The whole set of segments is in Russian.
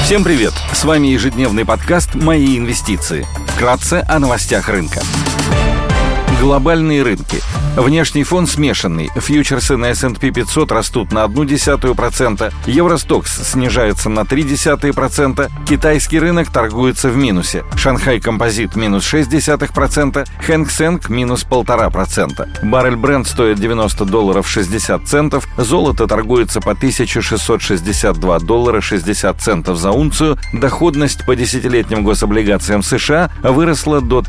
Всем привет! С вами ежедневный подкаст «Мои инвестиции». Вкратце о новостях рынка. Глобальные рынки. Внешний фон смешанный. Фьючерсы на S&P 500 растут на 0,1%, Евростокс снижается на 0,3%, китайский рынок торгуется в минусе, Шанхай Композит минус 0,6%, Хэнк Сэнк минус 1,5%. Баррель Брент стоит $90.60, золото торгуется по $1662.60 за унцию, доходность по десятилетним гособлигациям США выросла до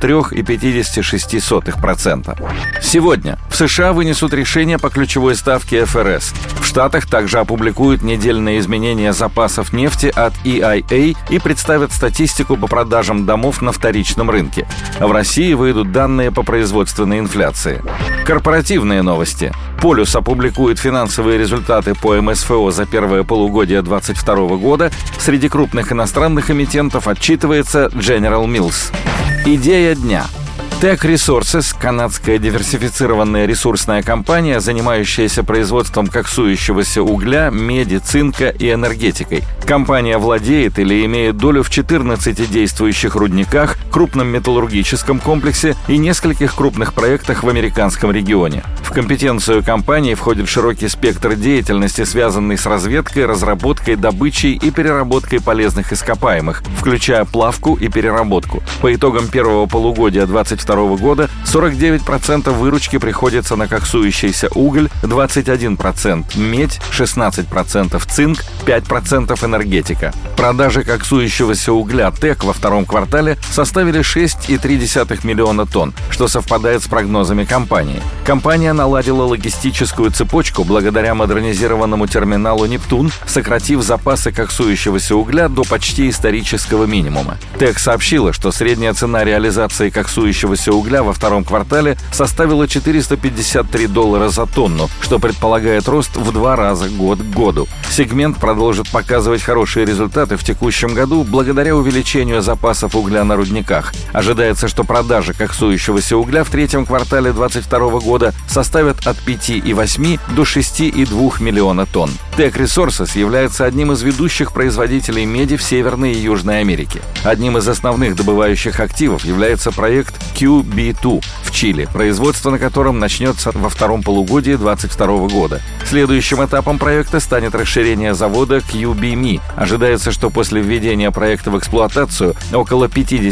3,56%. Сегодня в США вынесут решение по ключевой ставке ФРС. В Штатах также опубликуют недельные изменения запасов нефти от EIA и представят статистику по продажам домов на вторичном рынке. В России выйдут данные по производственной инфляции. Корпоративные новости. Полюс опубликует финансовые результаты по МСФО за первое полугодие 2022 года. Среди крупных иностранных эмитентов отчитывается General Mills. Идея дня. Teck Resources, канадская диверсифицированная ресурсная компания, занимающаяся производством коксующегося угля, меди, цинка и энергетикой. Компания владеет или имеет долю в 14 действующих рудниках, крупном металлургическом комплексе и нескольких крупных проектах в американском регионе. В компетенцию компании входит широкий спектр деятельности, связанный с разведкой, разработкой, добычей и переработкой полезных ископаемых, включая плавку и переработку. По итогам первого полугодия 2022 года 49% выручки приходится на коксующийся уголь, 21% медь, 16% цинк, 5% энергетика. Продажи коксующегося угля Teck во втором квартале составили 6,3 миллиона тонн, что совпадает с прогнозами компании. Компания наладила логистическую цепочку благодаря модернизированному терминалу «Нептун», сократив запасы коксующегося угля до почти исторического минимума. Teck сообщила, что средняя цена реализации коксующегося угля во втором квартале составила $453 за тонну, что предполагает рост в 2 раза год к году. Сегмент продолжит показывать хорошие результаты в текущем году благодаря увеличению запасов угля на рудниках. Ожидается, что продажи коксующегося угля в третьем квартале 2022 года составят от 5,8 до 6,2 миллиона тонн. Teck Resources является одним из ведущих производителей меди в Северной и Южной Америке. Одним из основных добывающих активов является проект QB2 в Чили, производство на котором начнется во втором полугодии 2022 года. Следующим этапом проекта станет расширение завода QBME. Ожидается, что после введения проекта в эксплуатацию около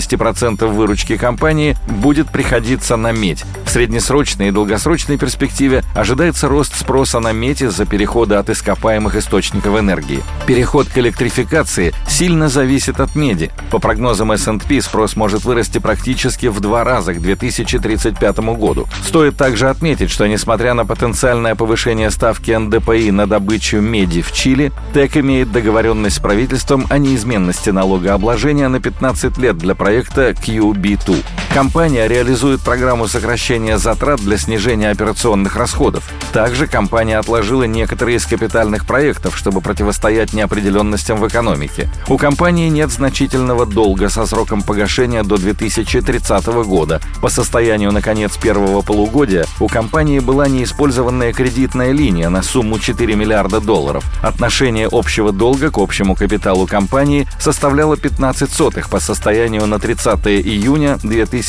50% выручки компании будет приходиться на медь. В среднесрочной и долгосрочной перспективе ожидается рост спроса на медь из-за перехода от ископаемых источников энергии. Переход к электрификации сильно зависит от меди. По прогнозам S&P спрос может вырасти практически в 2 раза к 2035 году. Стоит также отметить, что несмотря на потенциальное повышение ставки НДПИ на добычу меди в Чили, Teck имеет договоренность с правительством о неизменности налогообложения на 15 лет для проекта QB2. Компания реализует программу сокращения затрат для снижения операционных расходов. Также компания отложила некоторые из капитальных проектов, чтобы противостоять неопределенностям в экономике. У компании нет значительного долга со сроком погашения до 2030 года. По состоянию на конец первого полугодия у компании была неиспользованная кредитная линия на сумму $4 миллиарда. Отношение общего долга к общему капиталу компании составляло 0,15 по состоянию на 30 июня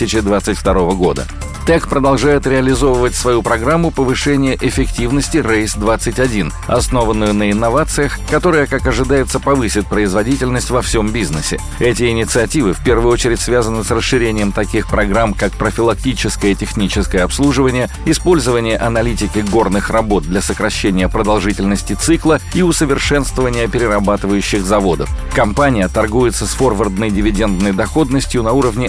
2022 года. Teck продолжает реализовывать свою программу повышения эффективности RACE-21, основанную на инновациях, которая, как ожидается, повысит производительность во всем бизнесе. Эти инициативы в первую очередь связаны с расширением таких программ, как профилактическое и техническое обслуживание, использование аналитики горных работ для сокращения продолжительности цикла и усовершенствования перерабатывающих заводов. Компания торгуется с форвардной дивидендной доходностью на уровне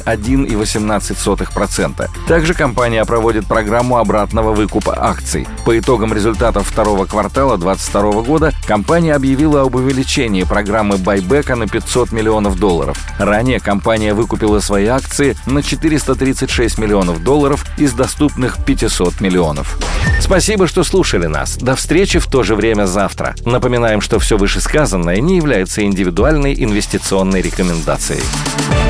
1,18%. Также компания проводит программу обратного выкупа акций. По итогам результатов второго квартала 2022 года компания объявила об увеличении программы байбека на $500 миллионов. Ранее компания выкупила свои акции на $436 миллионов из доступных $500 миллионов. Спасибо, что слушали нас. До встречи в то же время завтра. Напоминаем, что все вышесказанное не является индивидуальной инвестиционной рекомендацией.